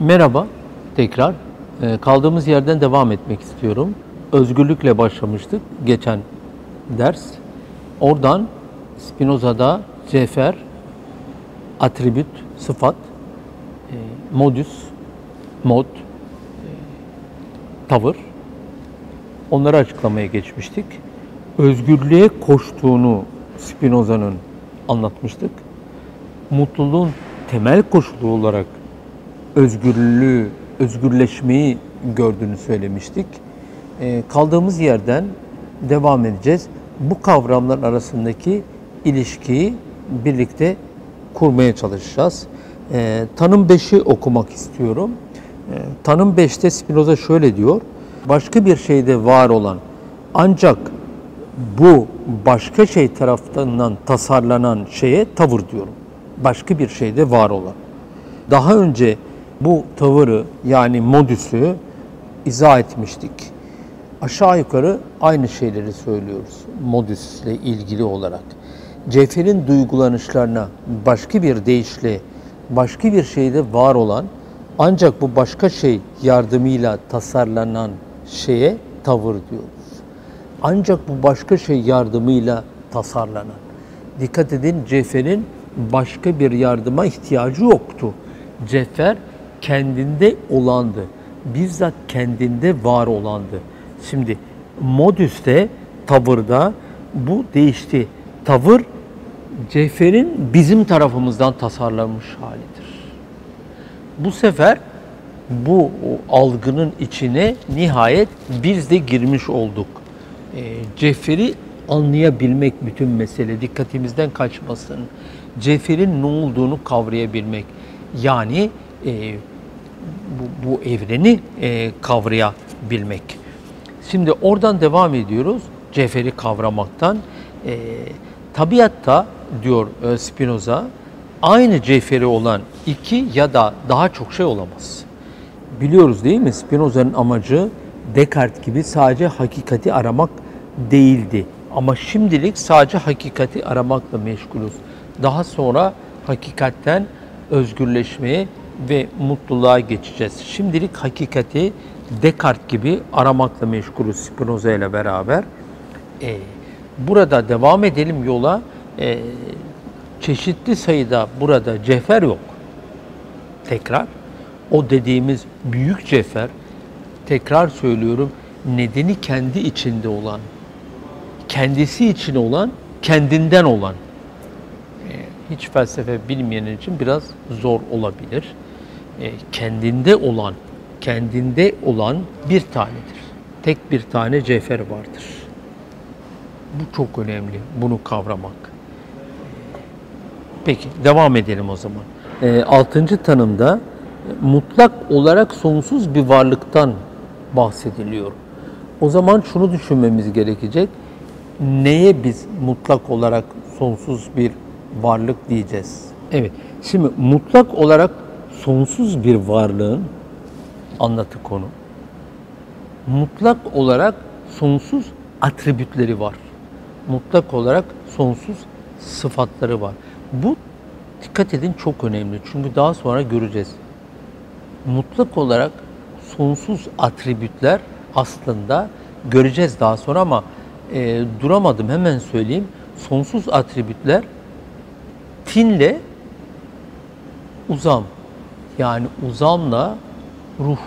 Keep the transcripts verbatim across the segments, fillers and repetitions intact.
Merhaba, tekrar. Ee, kaldığımız yerden devam etmek istiyorum. Özgürlükle başlamıştık geçen ders. Oradan Spinoza'da cevher, atribüt, sıfat, e, modus, mod, e, tavır, onları açıklamaya geçmiştik. Özgürlüğe koştuğunu Spinoza'nın anlatmıştık. Mutluluğun temel koşulu olarak özgürlüğü, özgürleşmeyi gördüğünü söylemiştik. E, kaldığımız yerden devam edeceğiz. Bu kavramlar arasındaki ilişkiyi birlikte kurmaya çalışacağız. E, tanım beşi okumak istiyorum. E, tanım beşte Spinoza şöyle diyor. Başka bir şeyde var olan ancak bu başka şey tarafından tasarlanan şeye tavır diyorum. Başka bir şeyde var olan. Daha önce bu tavırı yani modüsü izah etmiştik. Aşağı yukarı aynı şeyleri söylüyoruz modüsle ilgili olarak. Cevherin duygulanışlarına başka bir deyişle başka bir şeyde var olan ancak bu başka şey yardımıyla tasarlanan şeye tavır diyoruz. Ancak bu başka şey yardımıyla tasarlanan. Dikkat edin, cevherin başka bir yardıma ihtiyacı yoktu. Cevher kendinde olandı. Bizzat kendinde var olandı. Şimdi modüste, tavırda bu değişti. Tavır cevherin bizim tarafımızdan tasarlanmış halidir. Bu sefer bu algının içine nihayet biz de girmiş olduk. E, cevheri anlayabilmek bütün mesele, dikkatimizden kaçmasın. Cevherin ne olduğunu kavrayabilmek. Yani e, bu, bu evreni e, kavrayabilmek. Şimdi oradan devam ediyoruz. Cevheri kavramaktan. E, tabiatta diyor e, Spinoza, aynı cevheri olan iki ya da daha çok şey olamaz. Biliyoruz değil mi? Spinoza'nın amacı Descartes gibi sadece hakikati aramak değildi. Ama şimdilik sadece hakikati aramakla meşgulüz. Daha sonra hakikatten özgürleşmeye ve mutluluğa geçeceğiz. Şimdilik hakikati Descartes gibi aramakla meşgulüz Spinoza ile beraber. Ee, burada devam edelim yola. Ee, çeşitli sayıda burada cevher yok. Tekrar. O dediğimiz büyük cevher, tekrar söylüyorum, nedeni kendi içinde olan, kendisi için olan, kendinden olan. Hiç felsefe bilmeyen için biraz zor olabilir. E, kendinde olan, kendinde olan bir tanedir. Tek bir tane cevher vardır. Bu çok önemli, bunu kavramak. Peki, devam edelim o zaman. E, altıncı tanımda mutlak olarak sonsuz bir varlıktan bahsediliyor. O zaman şunu düşünmemiz gerekecek. Neye biz mutlak olarak sonsuz bir varlık diyeceğiz? Evet, şimdi mutlak olarak sonsuz bir varlığın anlatı konu. Mutlak olarak sonsuz atribütleri var. Mutlak olarak sonsuz sıfatları var. Bu, dikkat edin, çok önemli. Çünkü daha sonra göreceğiz. Mutlak olarak sonsuz atribütler aslında göreceğiz daha sonra ama e, duramadım, hemen söyleyeyim. Sonsuz atribütler tinle uzam, yani uzamla ruh.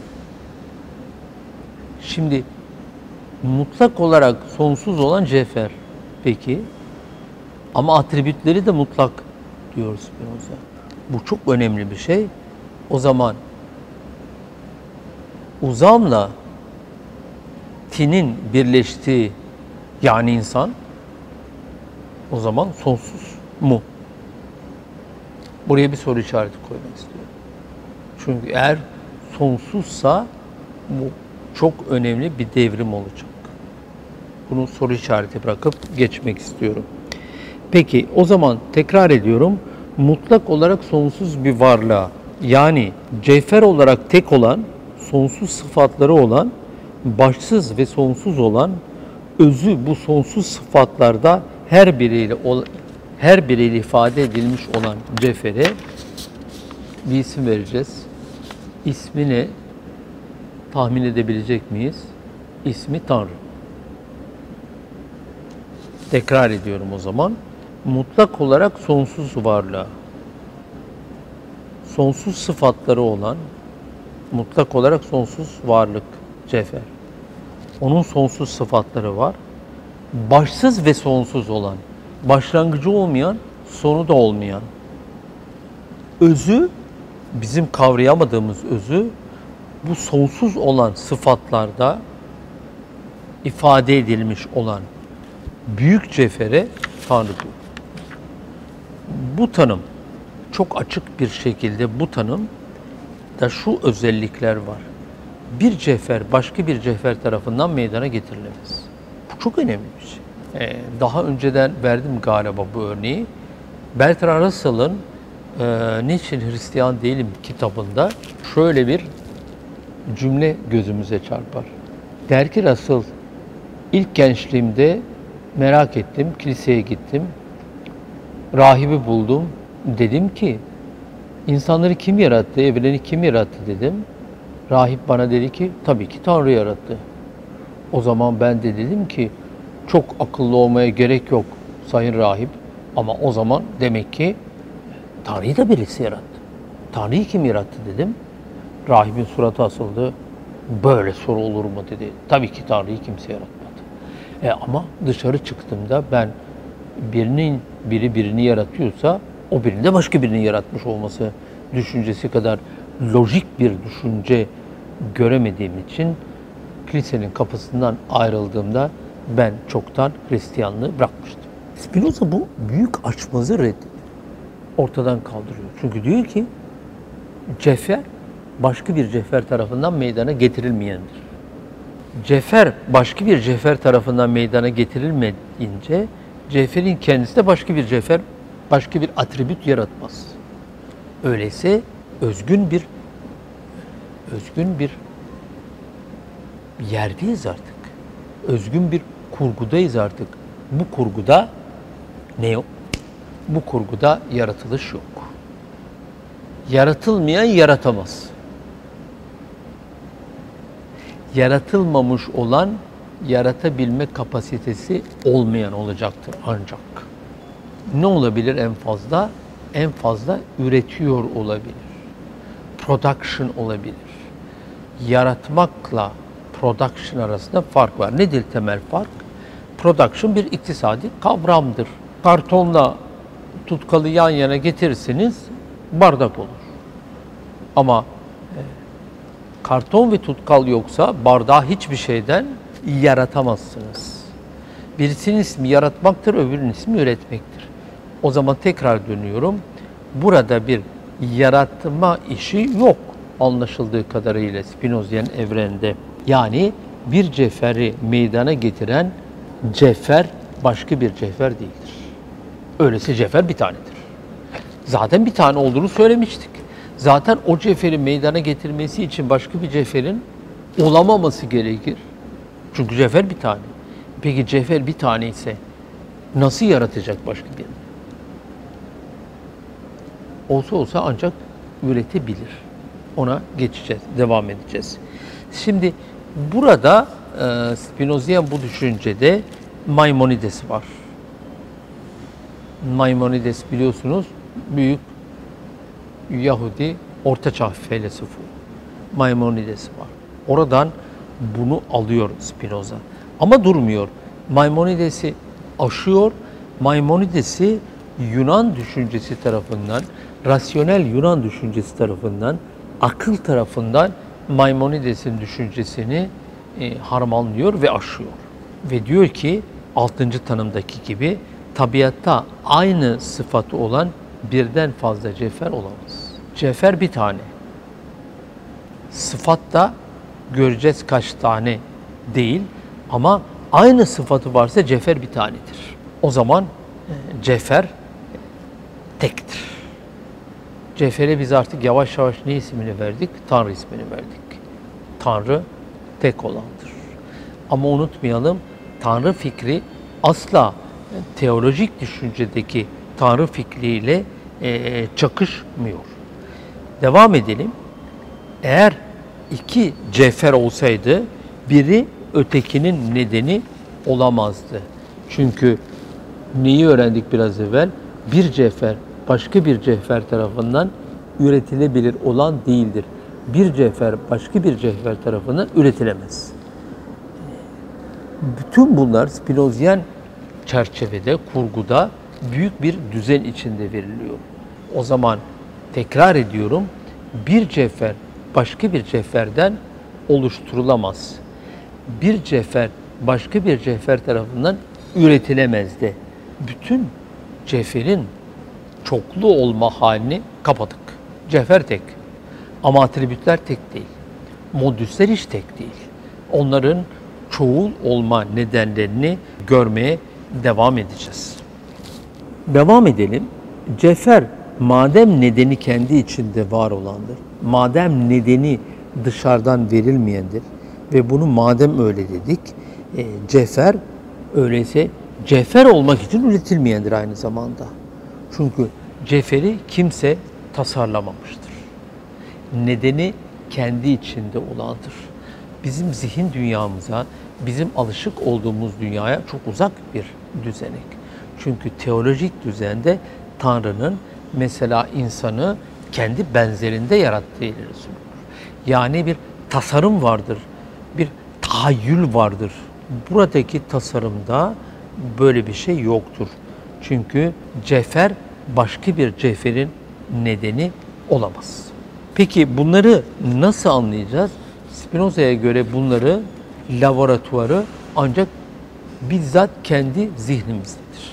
Şimdi mutlak olarak sonsuz olan cevher peki, ama atribütleri de mutlak diyoruz Spinoza. Bu çok önemli bir şey. O zaman uzamla tinin birleştiği yani insan, o zaman sonsuz mu? Buraya bir soru işareti koymak istiyorum. Çünkü eğer sonsuzsa bu çok önemli bir devrim olacak. Bunu soru işareti bırakıp geçmek istiyorum. Peki o zaman tekrar ediyorum. Mutlak olarak sonsuz bir varlığa, yani cevher olarak tek olan, sonsuz sıfatları olan, başsız ve sonsuz olan, özü bu sonsuz sıfatlarda her biriyle her biriyle ifade edilmiş olan cevhere bir isim vereceğiz. İsmini tahmin edebilecek miyiz? İsmi Tanrı. Tekrar ediyorum o zaman. Mutlak olarak sonsuz varlığa, sonsuz sıfatları olan, mutlak olarak sonsuz varlık, cevher. Onun sonsuz sıfatları var. Başsız ve sonsuz olan, başlangıcı olmayan, sonu da olmayan. Özü, bizim kavrayamadığımız özü, bu sonsuz olan sıfatlarda ifade edilmiş olan büyük cevhere Tanrı diyor. Bu tanım çok açık bir şekilde bu tanım da şu özellikler var. Bir cevher başka bir cevher tarafından meydana getirilemez. Bu çok önemli bir şey. Ee, daha önceden verdim galiba bu örneği. Bertrand Russell'ın e, Niçin Hristiyan Değilim kitabında şöyle bir cümle gözümüze çarpar. Der ki Russell, ilk gençliğimde merak ettim, kiliseye gittim, rahibi buldum. Dedim ki, insanları kim yarattı, evreni kim yarattı dedim. Rahip bana dedi ki, tabii ki Tanrı yarattı. O zaman ben de dedim ki, çok akıllı olmaya gerek yok sayın rahip. Ama o zaman demek ki Tanrı'yı da birisi yarattı. Tanrı'yı kim yarattı dedim. Rahibin suratı asıldı. Böyle soru olur mu dedi. Tabii ki Tanrı'yı kimse yaratmadı. E ama dışarı çıktığımda ben birinin biri birini yaratıyorsa o birinin de başka birini yaratmış olması düşüncesi kadar lojik bir düşünce göremediğim için kilisenin kapısından ayrıldığımda ben çoktan Hristiyanlığı bırakmıştım. Spinoza bu büyük açmazı reddediyor. Ortadan kaldırıyor. Çünkü diyor ki cevher başka bir cevher tarafından meydana getirilmeyendir. Cevher başka bir cevher tarafından meydana getirilmeyince cevherin kendisi de başka bir cevher, başka bir atribüt yaratmaz. Öyleyse özgün bir özgün bir yerdeyiz artık. Özgün bir kurgudayız artık. Bu kurguda ne yok? Bu kurguda yaratılış yok. Yaratılmayan yaratamaz. Yaratılmamış olan yaratabilme kapasitesi olmayan olacaktır ancak. Ne olabilir en fazla? En fazla üretiyor olabilir. Production olabilir. Yaratmakla production arasında fark var. Nedir temel fark? Production bir iktisadi kavramdır. Kartonla tutkalı yan yana getirirseniz bardak olur. Ama e, karton ve tutkal yoksa bardağı hiçbir şeyden yaratamazsınız. Birisinin ismi yaratmaktır, öbürünün ismi üretmektir. O zaman tekrar dönüyorum. Burada bir yaratma işi yok anlaşıldığı kadarıyla Spinozian evrende. Yani bir cevheri meydana getiren cevher başka bir cevher değildir. Öyleyse cevher bir tanedir. Zaten bir tane olduğunu söylemiştik. Zaten o cevheri meydana getirmesi için başka bir cevherin olamaması gerekir. Çünkü cevher bir tane. Peki cevher bir tane ise nasıl yaratacak başka birini? Olsa olsa ancak üretebilir. Ona geçeceğiz, devam edeceğiz. Şimdi burada e, Spinozian bu düşüncede Maimonides var. Maimonides biliyorsunuz büyük Yahudi ortaçağ felsefi. Maimonides var. Oradan bunu alıyor Spinoza. Ama durmuyor. Maimonides'i aşıyor. Maimonides'i Yunan düşüncesi tarafından, rasyonel Yunan düşüncesi tarafından, akıl tarafından Maimonides'in düşüncesini e, harmanlıyor ve aşıyor. Ve diyor ki altıncı tanımdaki gibi tabiatta aynı sıfatı olan birden fazla cevher olamaz. Cevher bir tane. Sıfat da göreceğiz kaç tane değil ama aynı sıfatı varsa cevher bir tanedir. O zaman e, cevher tektir. Cevhere biz artık yavaş yavaş ne ismini verdik? Tanrı ismini verdik. Tanrı tek olandır. Ama unutmayalım, Tanrı fikri asla teolojik düşüncedeki Tanrı fikriyle e, çakışmıyor. Devam edelim. Eğer iki cevher olsaydı biri ötekinin nedeni olamazdı. Çünkü neyi öğrendik biraz evvel? Bir cevher başka bir cevher tarafından üretilebilir olan değildir. Bir cevher başka bir cevher tarafından üretilemez. Bütün bunlar Spinozyen çerçevede, kurguda büyük bir düzen içinde veriliyor. O zaman tekrar ediyorum, bir cevher başka bir cevherden oluşturulamaz. Bir cevher başka bir cevher tarafından üretilemez de. Bütün cevherin çoklu olma halini kapadık. Cevher tek. Ama atribütler tek değil. Modüsler hiç tek değil. Onların çoğul olma nedenlerini görmeye devam edeceğiz. Devam edelim. Cevher madem nedeni kendi içinde var olandır, madem nedeni dışarıdan verilmeyendir ve bunu madem öyle dedik, e, cevher öyleyse cevher olmak için üretilmeyendir aynı zamanda. Çünkü cevheri kimse tasarlamamıştır. Nedeni kendi içinde olandır. Bizim zihin dünyamıza, bizim alışık olduğumuz dünyaya çok uzak bir düzenek. Çünkü teolojik düzende Tanrı'nın mesela insanı kendi benzerinde yarattığı ileri sürülür. Yani bir tasarım vardır, bir tahayyül vardır. Buradaki tasarımda böyle bir şey yoktur. Çünkü cevher başka bir cevherin nedeni olamaz. Peki bunları nasıl anlayacağız? Spinoza'ya göre bunları laboratuvarı ancak bizzat kendi zihnimizdedir.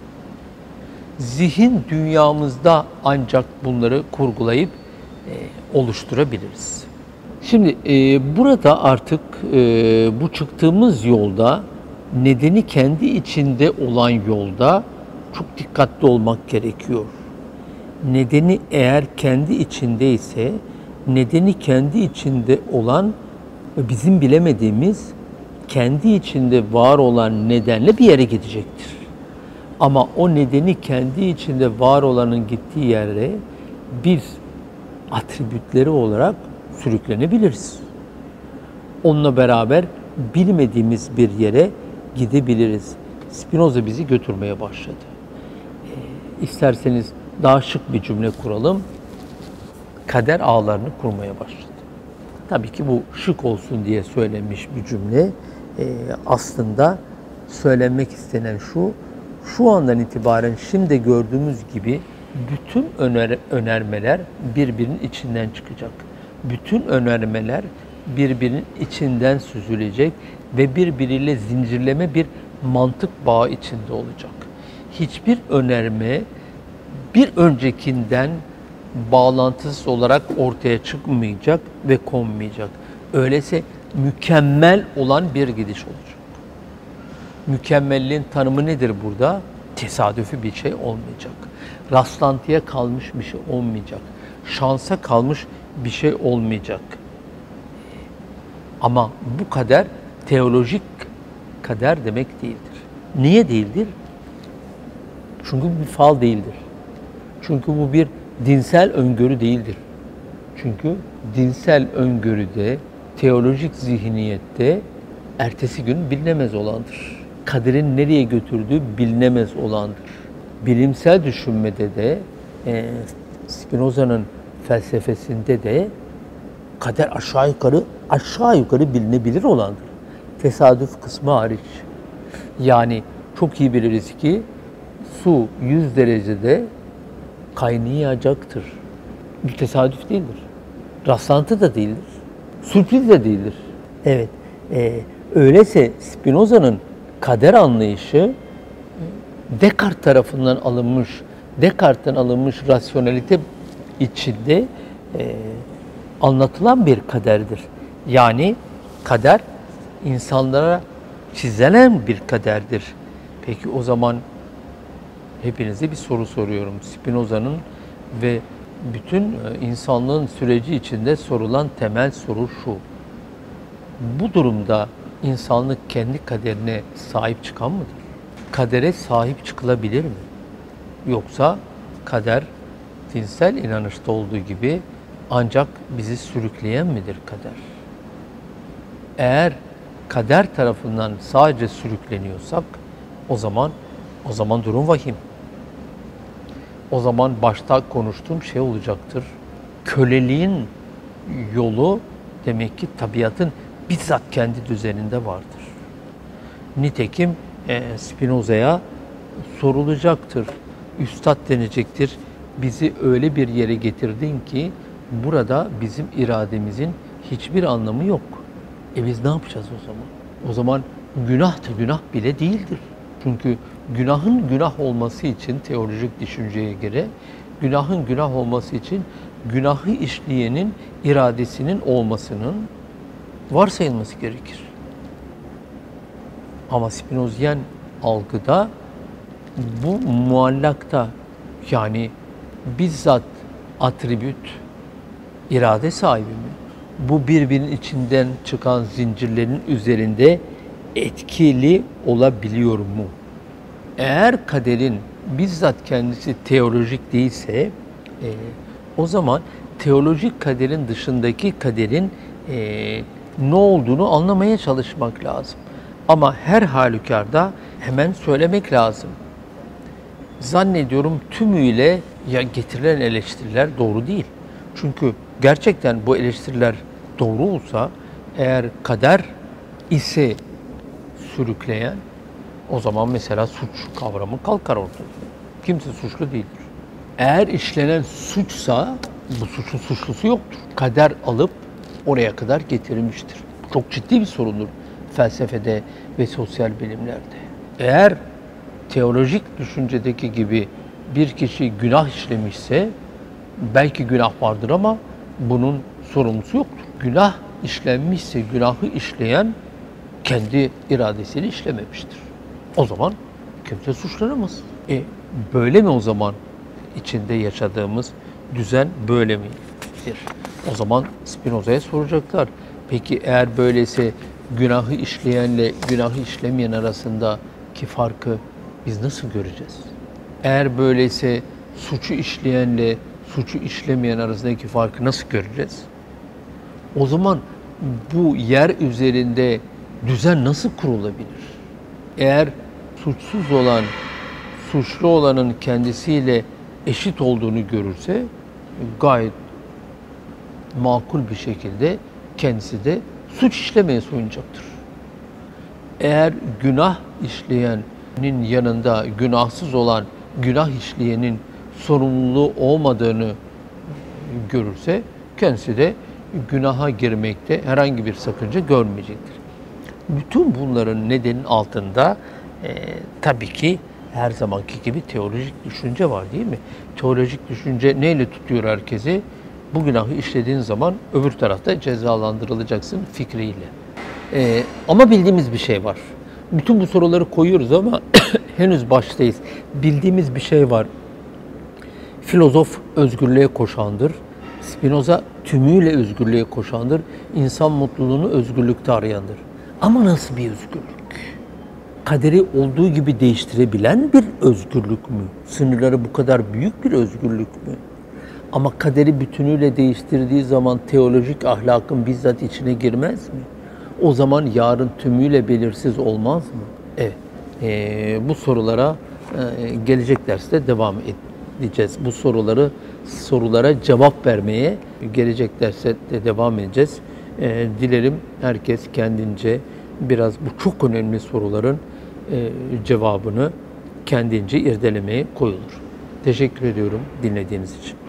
Zihin dünyamızda ancak bunları kurgulayıp e, oluşturabiliriz. Şimdi e, burada artık e, bu çıktığımız yolda, nedeni kendi içinde olan yolda çok dikkatli olmak gerekiyor. Nedeni eğer kendi içindeyse, nedeni kendi içinde olan bizim bilemediğimiz, kendi içinde var olan nedenle bir yere gidecektir. Ama o nedeni kendi içinde var olanın gittiği yere biz atribütleri olarak sürüklenebiliriz. Onunla beraber bilmediğimiz bir yere gidebiliriz. Spinoza bizi götürmeye başladı. E, isterseniz daha şık bir cümle kuralım. Kader ağlarını kurmaya başladı. Tabii ki bu şık olsun diye söylenmiş bir cümle. E, aslında söylenmek istenen şu, şu andan itibaren şimdi gördüğümüz gibi bütün öner önermeler birbirinin içinden çıkacak. Bütün önermeler birbirinin içinden süzülecek ve birbiriyle zincirleme bir mantık bağı içinde olacak. Hiçbir önerme bir öncekinden bağlantısız olarak ortaya çıkmayacak ve konmayacak. Öyleyse mükemmel olan bir gidiş olacak. Mükemmelliğin tanımı nedir burada? Tesadüfi bir şey olmayacak. Rastlantıya kalmış bir şey olmayacak. Şansa kalmış bir şey olmayacak. Ama bu kader teolojik kader demek değildir. Niye değildir? Çünkü bu bir fal değildir. Çünkü bu bir dinsel öngörü değildir. Çünkü dinsel öngörüde, teolojik zihniyette ertesi gün bilinemez olandır. Kaderin nereye götürdüğü bilinemez olandır. Bilimsel düşünmede de, e, Spinoza'nın felsefesinde de kader aşağı yukarı aşağı yukarı bilinebilir olandır. Tesadüf kısmı hariç. Yani çok iyi biliriz ki su yüz derecede kaynayacaktır. Bir tesadüf değildir. Rastlantı da değildir. Sürpriz de değildir. Evet. E, öyleyse Spinoza'nın kader anlayışı Descartes tarafından alınmış, Descartes'ten alınmış rasyonelite içinde e, anlatılan bir kaderdir. Yani kader insanlara çizilen bir kaderdir. Peki o zaman hepinize bir soru soruyorum. Spinoza'nın ve bütün insanlığın süreci içinde sorulan temel soru şu. Bu durumda insanlık kendi kaderine sahip çıkan mıdır? Kadere sahip çıkılabilir mi? Yoksa kader dinsel inanışta olduğu gibi Ancak bizi sürükleyen midir kader? Eğer kader tarafından sadece sürükleniyorsak o zaman o zaman durum vahim. O zaman başta konuştuğum şey olacaktır. Köleliğin yolu demek ki tabiatın bizzat kendi düzeninde vardır. Nitekim e, Spinoza'ya sorulacaktır. Üstad denecektir. Bizi öyle bir yere getirdin ki burada bizim irademizin hiçbir anlamı yok. E biz ne yapacağız o zaman? O zaman günah da günah bile değildir. Çünkü günahın günah olması için teolojik düşünceye göre günahın günah olması için günahı işleyenin iradesinin olmasının varsayılması gerekir. Ama Spinozyen algıda bu muallakta, yani bizzat atribüt irade sahibi mi? Bu birbirinin içinden çıkan zincirlerin üzerinde etkili olabiliyor mu? Eğer kaderin bizzat kendisi teolojik değilse e, o zaman teolojik kaderin dışındaki kaderin e, ne olduğunu anlamaya çalışmak lazım. Ama her halükarda hemen söylemek lazım. Zannediyorum tümüyle ya getirilen eleştiriler doğru değil. Çünkü gerçekten bu eleştiriler doğru olsa, eğer kader ise sürükleyen, o zaman mesela suç kavramı kalkar ortadan. Kimse suçlu değildir. Eğer işlenen suçsa bu suçun suçlusu yoktur. Kader alıp oraya kadar getirmiştir. Çok ciddi bir sorundur felsefede ve sosyal bilimlerde. Eğer teolojik düşüncedeki gibi bir kişi günah işlemişse belki günah vardır ama bunun sorumlusu yoktur. Günah işlenmişse günahı işleyen kendi iradesiyle işlememiştir. O zaman kimse suçlanamaz. E böyle mi o zaman içinde yaşadığımız düzen böyle midir? O zaman Spinoza'ya soracaklar. Peki eğer böyleyse günahı işleyenle günahı işlemeyen arasındaki farkı biz nasıl göreceğiz? Eğer böyleyse suçu işleyenle suçu işlemeyen arasındaki farkı nasıl göreceğiz? O zaman bu yer üzerinde düzen nasıl kurulabilir? Eğer suçsuz olan, suçlu olanın kendisiyle eşit olduğunu görürse gayet makul bir şekilde kendisi de suç işlemeye soyunacaktır. Eğer günah işleyenin yanında günahsız olan günah işleyenin sorumluluğu olmadığını görürse kendisi de günaha girmekte herhangi bir sakınca görmeyecektir. Bütün bunların nedenin altında e, tabii ki her zamanki gibi teolojik düşünce var değil mi? Teolojik düşünce neyle tutuyor herkesi? Bu günahı işlediğin zaman öbür tarafta cezalandırılacaksın fikriyle. E, ama bildiğimiz bir şey var. Bütün bu soruları koyuyoruz ama henüz baştayız. Bildiğimiz bir şey var. Filozof özgürlüğe koşandır. Spinoza tümüyle özgürlüğe koşandır. İnsan mutluluğunu özgürlükte arayandır. Ama nasıl bir özgürlük? Kaderi olduğu gibi değiştirebilen bir özgürlük mü? Sınırları bu kadar büyük bir özgürlük mü? Ama kaderi bütünüyle değiştirdiği zaman teolojik ahlakın bizzat içine girmez mi? O zaman yarın tümüyle belirsiz olmaz mı? Evet. E, bu sorulara e, gelecek derste devam edeceğiz. Bu soruları sorulara cevap vermeye gelecek derste de devam edeceğiz. E, dilerim herkes kendince biraz bu çok önemli soruların e, cevabını kendince irdelemeye koyulur. Teşekkür ediyorum dinlediğiniz için.